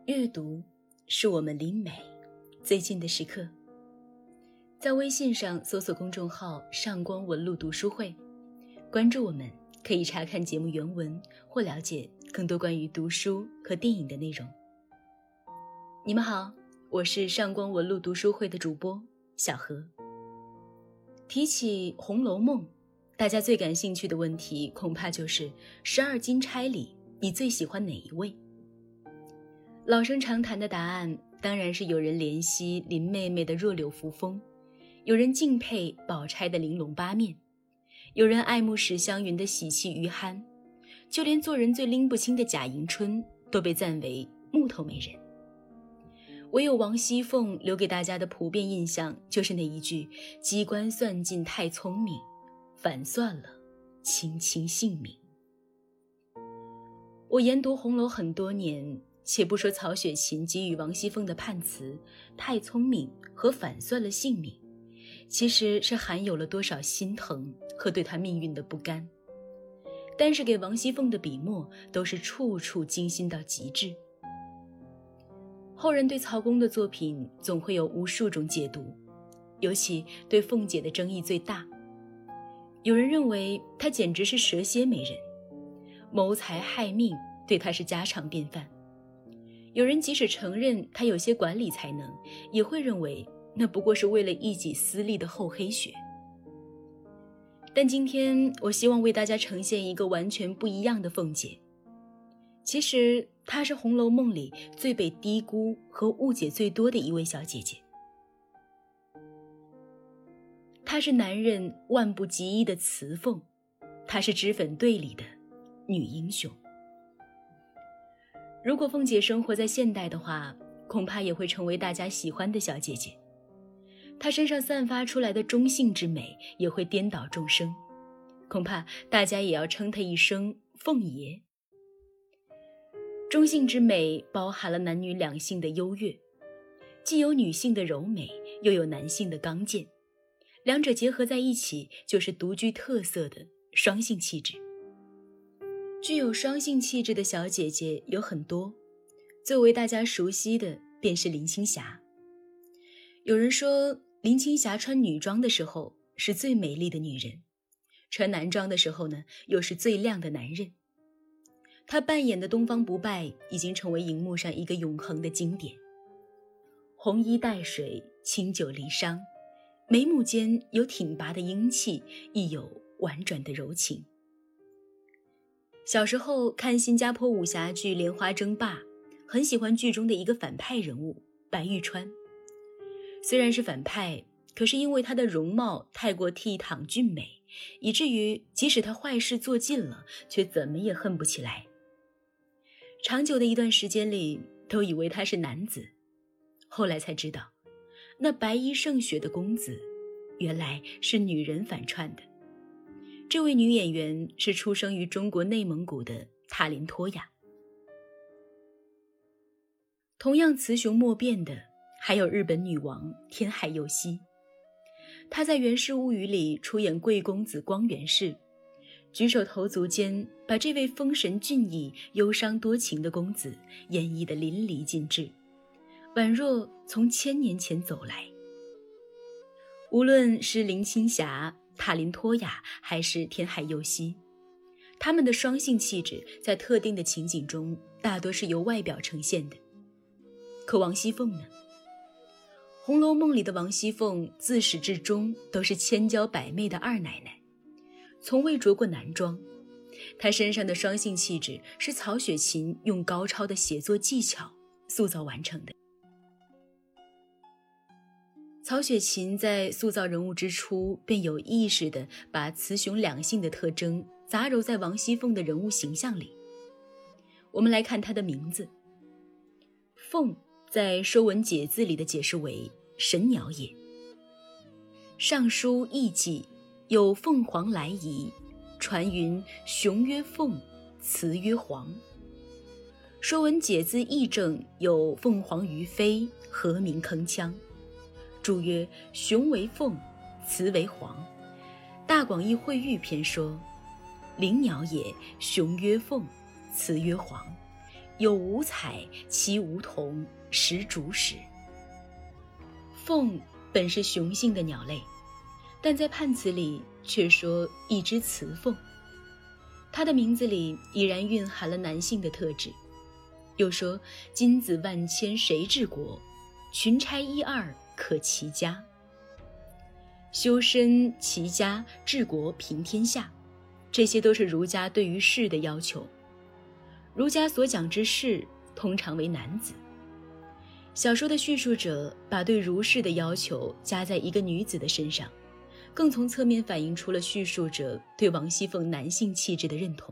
阅读是我们离美最近的时刻。在微信上搜索公众号上官文露读书会，关注我们，可以查看节目原文或了解更多关于读书和电影的内容。你们好，我是上官文露读书会的主播小何。提起《红楼梦》，大家最感兴趣的问题恐怕就是12金钗里你最喜欢哪一位？老生常谈的答案当然是有人怜惜林妹妹的弱柳扶风，有人敬佩宝钗的玲珑八面，有人爱慕史湘云的喜气余憨，就连做人最拎不清的贾迎春都被赞为木头美人。唯有王熙凤留给大家的普遍印象就是那一句机关算尽太聪明，反算了卿卿性命。我研读红楼很多年，且不说曹雪芹给予王熙凤的判词太聪明和反算了性命，其实是含有了多少心疼和对她命运的不甘。但是给王熙凤的笔墨都是处处精心到极致。后人对曹公的作品总会有无数种解读，尤其对凤姐的争议最大。有人认为她简直是蛇蝎美人，谋财害命对她是家常便饭。有人即使承认她有些管理才能，也会认为那不过是为了一己私利的厚黑学。但今天我希望为大家呈现一个完全不一样的凤姐。其实她是《红楼梦》里最被低估和误解最多的一位小姐姐。她是男人万不及一的雌凤，她是脂粉队里的女英雄。如果凤姐生活在现代的话，恐怕也会成为大家喜欢的小姐姐。她身上散发出来的中性之美也会颠倒众生，恐怕大家也要称她一声凤爷。中性之美包含了男女两性的优越，既有女性的柔美，又有男性的刚健，两者结合在一起，就是独具特色的双性气质。具有双性气质的小姐姐有很多，最为大家熟悉的便是林青霞。有人说林青霞穿女装的时候是最美丽的女人，穿男装的时候呢，又是最靓的男人。她扮演的东方不败已经成为荧幕上一个永恒的经典。红衣带水，清酒离殇，眉目间有挺拔的英气，亦有婉转的柔情。小时候看新加坡武侠剧《莲花争霸》，很喜欢剧中的一个反派人物白玉川。虽然是反派，可是因为她的容貌太过倜傥俊美，以至于即使她坏事做尽了，却怎么也恨不起来。长久的一段时间里，都以为他是男子，后来才知道，那白衣胜雪的公子，原来是女人反串的。这位女演员是出生于中国内蒙古的塔林托娅。同样雌雄莫辨的，还有日本女王天海佑希。她在《源氏物语》里出演贵公子光源氏，举手投足间把这位风神俊逸、忧伤多情的公子演绎得淋漓尽致，宛若从1000年前走来。无论是林青霞、塔林托娅还是天海佑希，他们的双性气质在特定的情景中大多是由外表呈现的。可王熙凤呢？《红楼梦》里的王熙凤自始至终都是千娇百媚的二奶奶，从未着过男装。她身上的双性气质是曹雪芹用高超的写作技巧塑造完成的。曹雪芹在塑造人物之初，便有意识地把雌雄两性的特征杂糅在王熙凤的人物形象里。我们来看她的名字。凤在《说文解字》里的解释为神鸟也。尚书艺记有凤凰来仪，传云雄曰凤，雌曰凰。说文解字义正有凤凰于飞，和鸣铿锵。注曰雄为凤，雌为凰。大广义会喻篇说，灵鸟也，雄曰凤，雌曰凰， 有五彩，其梧桐，食竹石。凤本是雄性的鸟类，但在判词里却说一只雌凤，它的名字里已然蕴含了男性的特质。又说金子万千谁治国，群钗一二可齐家。修身齐家治国平天下，这些都是儒家对于士的要求。儒家所讲之士通常为男子。小说的叙述者把对儒士的要求加在一个女子的身上，更从侧面反映出了叙述者对王熙凤男性气质的认同。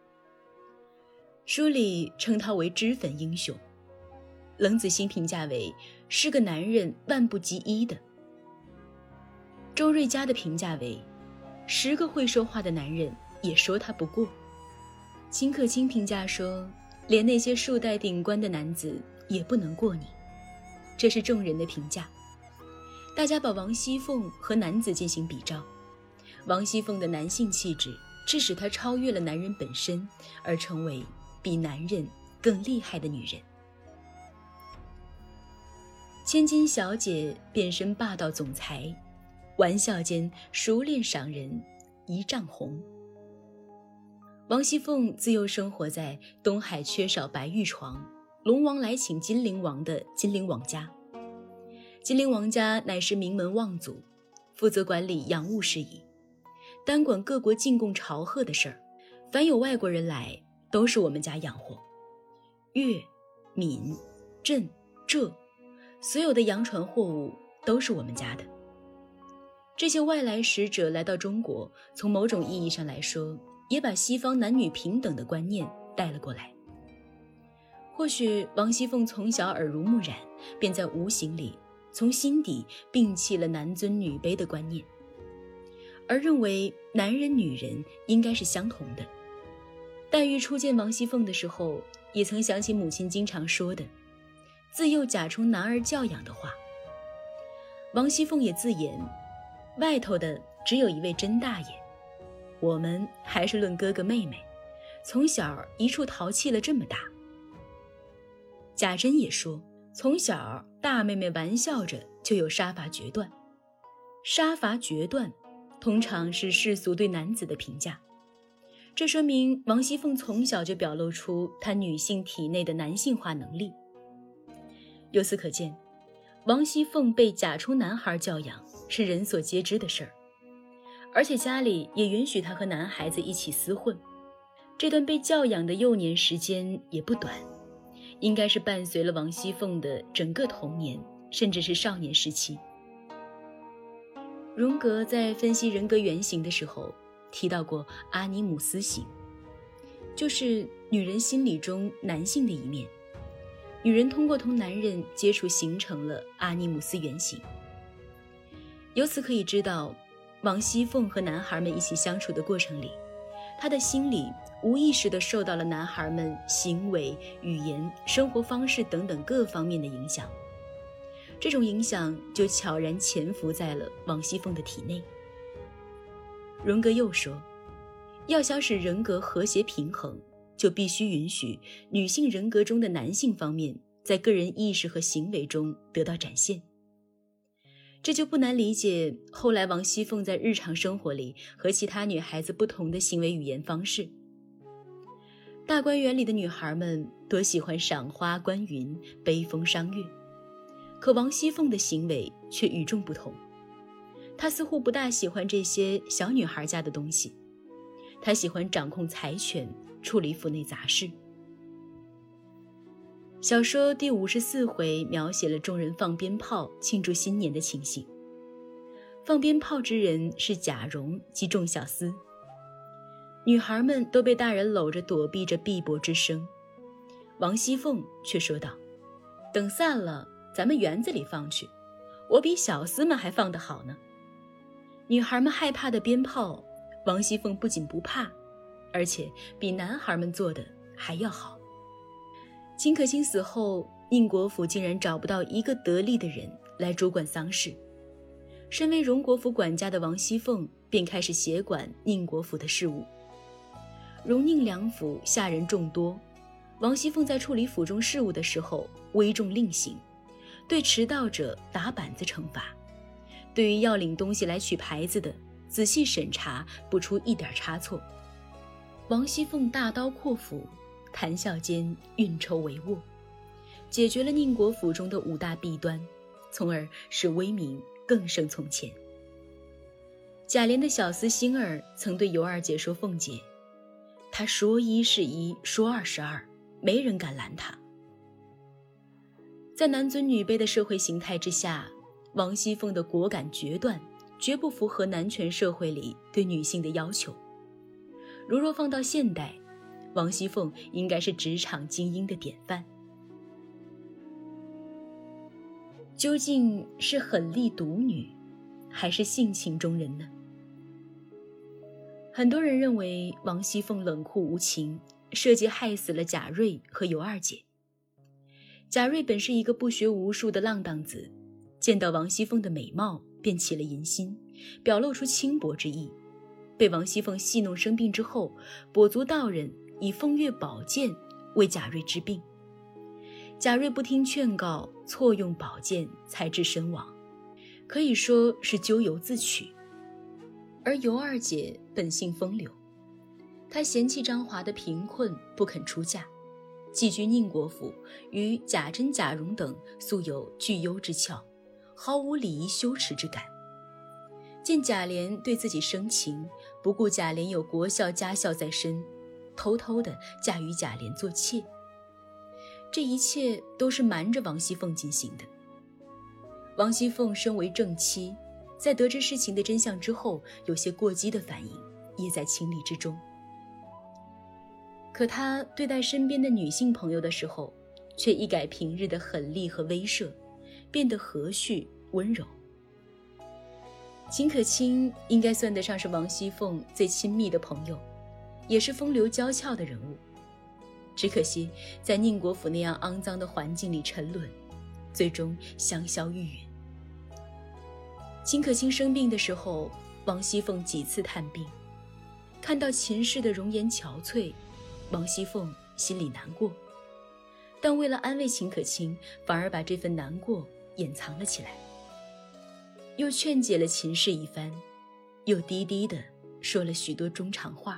书里称他为脂粉英雄，冷子兴评价为是个男人万不及一的。周瑞家的评价为10个会说话的男人也说他不过。秦可卿评价说，连那些数代顶冠的男子也不能过你。这是众人的评价。大家把王熙凤和男子进行比照，王熙凤的男性气质致使她超越了男人本身，而成为比男人更厉害的女人。千金小姐变身霸道总裁，玩笑间熟练赏人一丈红。王熙凤自幼生活在东海缺少白玉床，龙王来请金陵王的金陵王家。金陵王家乃是名门望族，负责管理洋务事宜，单管各国进贡朝贺的事儿，凡有外国人来都是我们家养活。粤、闽、镇、浙所有的洋船货物都是我们家的。这些外来使者来到中国，从某种意义上来说，也把西方男女平等的观念带了过来。或许王熙凤从小耳濡目染，便在无形里从心底摒弃了男尊女卑的观念，而认为男人女人应该是相同的。黛玉初见王熙凤的时候，也曾想起母亲经常说的自幼假充男儿教养的话。王熙凤也自言，外头的只有一位甄大爷，我们还是论哥哥妹妹，从小一处淘气了这么大。贾珍也说，从小大妹妹玩笑着就有杀伐决断。杀伐决断通常是世俗对男子的评价，这说明王熙凤从小就表露出她女性体内的男性化能力。由此可见，王熙凤被假充男孩教养是人所皆知的事儿，而且家里也允许她和男孩子一起厮混。这段被教养的幼年时间也不短，应该是伴随了王熙凤的整个童年，甚至是少年时期。荣格在分析人格原型的时候提到过阿尼姆斯型，就是女人心理中男性的一面，女人通过同男人接触形成了阿尼姆斯原型。由此可以知道，王熙凤和男孩们一起相处的过程里，她的心理无意识地受到了男孩们行为、语言、生活方式等等各方面的影响，这种影响就悄然潜伏在了王熙凤的体内。荣格又说，要想使人格和谐平衡，就必须允许女性人格中的男性方面在个人意识和行为中得到展现。这就不难理解后来王熙凤在日常生活里和其他女孩子不同的行为语言方式。大观园里的女孩们多喜欢赏花观云、悲风赏月，可王熙凤的行为却与众不同。她似乎不大喜欢这些小女孩家的东西，她喜欢掌控财权，处理府内杂事。小说第54回描写了众人放鞭炮庆祝新年的情形。放鞭炮之人是贾蓉及众小厮，女孩们都被大人搂着躲避着碧波之声。王熙凤却说道，等散了咱们园子里放去，我比小厮们还放得好呢。女孩们害怕的鞭炮，王熙凤不仅不怕，而且比男孩们做的还要好。秦可卿死后，宁国府竟然找不到一个得力的人来主管丧事。身为荣国府管家的王熙凤便开始协管宁国府的事务。荣宁两府下人众多， 王熙凤在处理府中事务的时候威重令行，对迟到者打板子惩罚，对于要领东西来取牌子的仔细审查，不出一点差错。王熙凤大刀阔斧，谈笑间运筹帷幄，解决了宁国府中的5大弊端，从而使威名更胜从前。贾琏的小厮星儿曾对尤二姐说凤姐，她说一是一，说二是二，没人敢拦她。在男尊女卑的社会形态之下，王熙凤的果敢决断绝不符合男权社会里对女性的要求。如若放到现代，王熙凤应该是职场精英的典范。究竟是狠戾独女，还是性情中人呢？很多人认为王熙凤冷酷无情，设计害死了贾瑞和尤二姐。贾瑞本是一个不学无术的浪荡子，见到王熙凤的美貌便起了淫心，表露出轻薄之意。被王熙凤戏弄生病之后，跛足道人以风月宝剑为贾瑞治病。贾瑞不听劝告，错用宝剑才致身亡，可以说是咎由自取。而尤二姐本性风流，她嫌弃张华的贫困，不肯出嫁，寄居宁国府，与贾珍、贾蓉等素有巨优之俏，毫无礼仪羞耻之感。见贾琏对自己生情，不顾贾琏有国孝家孝在身，偷偷地嫁与贾琏做妾。这一切都是瞒着王熙凤进行的。王熙凤身为正妻，在得知事情的真相之后，有些过激的反应也在情理之中。可她对待身边的女性朋友的时候，却一改平日的狠戾和威慑，变得和煦温柔。秦可卿应该算得上是王熙凤最亲密的朋友，也是风流娇俏的人物。只可惜在宁国府那样肮脏的环境里沉沦，最终香消玉殒。秦可卿生病的时候，王熙凤几次探病，看到秦氏的容颜憔悴，王熙凤心里难过，但为了安慰秦可卿，反而把这份难过掩藏了起来，又劝解了秦氏一番，又低低地说了许多衷肠话。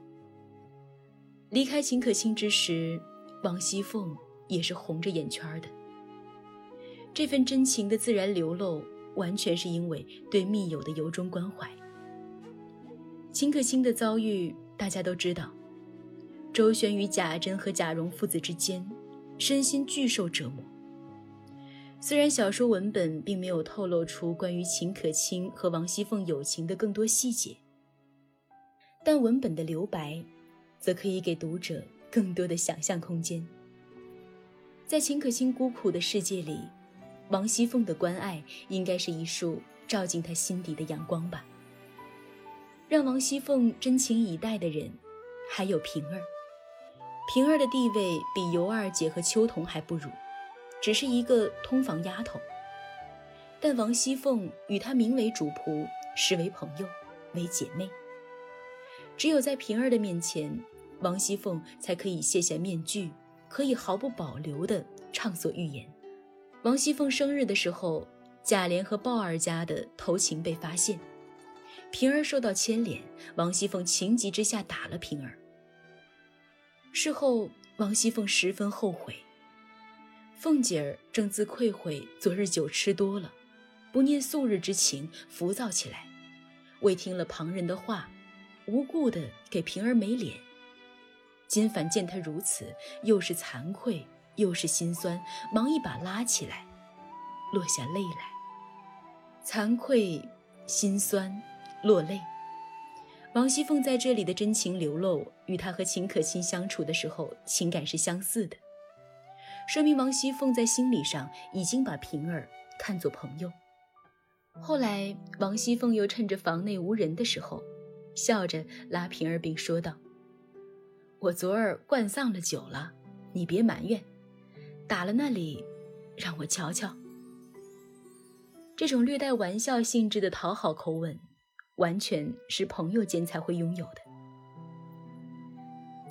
离开秦可卿之时，王熙凤也是红着眼圈的。这份真情的自然流露，完全是因为对密友的由衷关怀。秦可卿的遭遇大家都知道，周旋于贾珍和贾蓉父子之间，身心巨受折磨。虽然小说文本并没有透露出关于秦可卿和王熙凤友情的更多细节，但文本的留白则可以给读者更多的想象空间。在秦可卿孤苦的世界里，王熙凤的关爱应该是一束照进她心底的阳光吧。让王熙凤真情以待的人还有平儿。平儿的地位比尤二姐和秋桐还不如，只是一个通房丫头。但王熙凤与她名为主仆，实为朋友，为姐妹。只有在平儿的面前，王熙凤才可以卸下面具，可以毫不保留地畅所欲言。王熙凤生日的时候，贾琏和鲍二家的偷情被发现，平儿受到牵连，王熙凤情急之下打了平儿。事后王熙凤十分后悔，凤姐儿正自愧悔昨日酒吃多了，不念素日之情，浮躁起来，未听了旁人的话，无故地给平儿没脸。今反见她如此，又是惭愧又是心酸，忙一把拉起来，落下泪来。惭愧、心酸、落泪，王熙凤在这里的真情流露，与她和秦可卿相处的时候情感是相似的，说明王熙凤在心理上已经把平儿看作朋友。后来王熙凤又趁着房内无人的时候，笑着拉平儿并说道：我昨儿灌丧了酒了，你别埋怨，打了那里让我瞧瞧。这种略带玩笑性质的讨好口吻，完全是朋友间才会拥有的。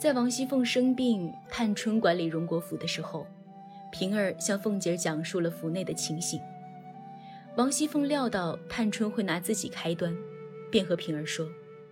在王熙凤生病，探春管理荣国府的时候，平儿向凤姐讲述了府内的情形。王熙凤料到探春会拿自己开端，便和平儿说：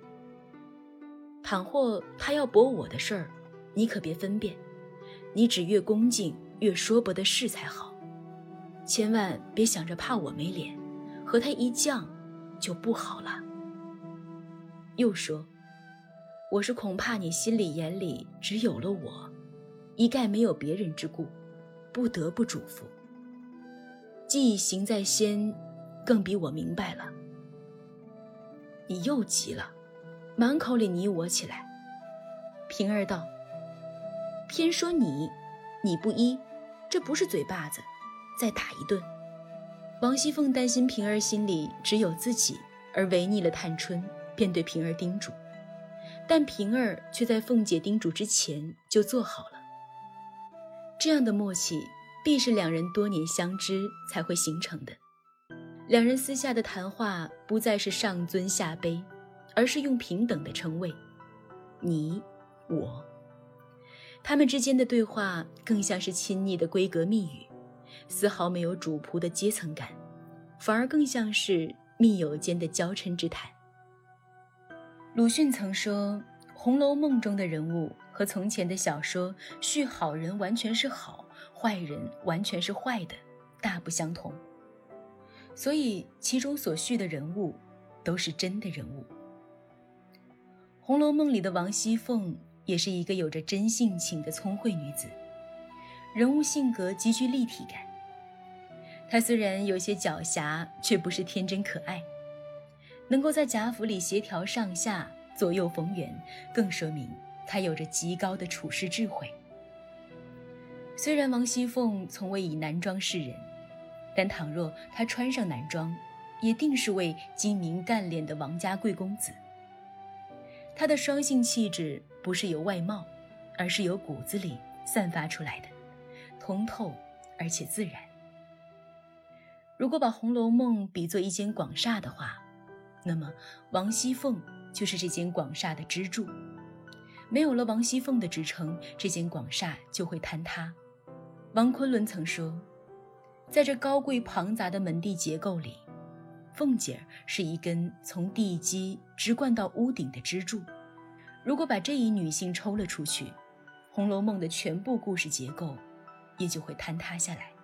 倘或她要驳我的事儿，你可别分辨，你只越恭敬越说不得是才好，千万别想着怕我没脸，和她一犟就不好了。又说：我是恐怕你心里眼里只有了我，一概没有别人之故，不得不嘱咐。既已行在先，更比我明白了。你又急了，满口里你我起来。平儿道：偏说你不依，这不是嘴巴子，再打一顿。王熙凤担心平儿心里只有自己，而违逆了探春，便对平儿叮嘱，但平儿却在凤姐叮嘱之前就做好了。这样的默契必是两人多年相知才会形成的。两人私下的谈话不再是上尊下卑，而是用平等的称谓，你我。他们之间的对话更像是亲昵的闺阁密语，丝毫没有主仆的阶层感，反而更像是密友间的交嗔之谈。鲁迅曾说，《红楼梦》中的人物和从前的小说叙好人完全是好，坏人完全是坏的大不相同，所以其中所叙的人物都是真的人物。《红楼梦》里的王熙凤也是一个有着真性情的聪慧女子，人物性格极具立体感。她虽然有些狡黠，却不是天真可爱，能够在贾府里协调上下，左右逢源，更说明她有着极高的处世智慧。虽然王熙凤从未以男装示人，但倘若她穿上男装，也定是位精明干练的王家贵公子。她的双性气质不是由外貌，而是由骨子里散发出来的，通透而且自然。如果把《红楼梦》比作一间广厦的话，那么王熙凤就是这间广厦的支柱。没有了王熙凤的支撑，这间广厦就会坍塌。王昆仑曾说，在这高贵庞杂的门第结构里，凤姐儿是一根从地基直贯到屋顶的支柱。如果把这一女性抽了出去，《红楼梦》的全部故事结构也就会坍塌下来。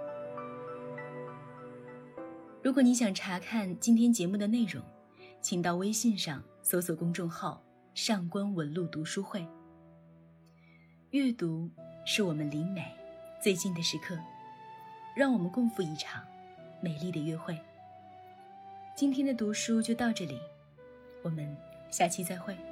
如果你想查看今天节目的内容，请到微信上搜索公众号上官文露读书会。阅读是我们离美最近的时刻，让我们共赴一场美丽的约会。今天的读书就到这里，我们下期再会。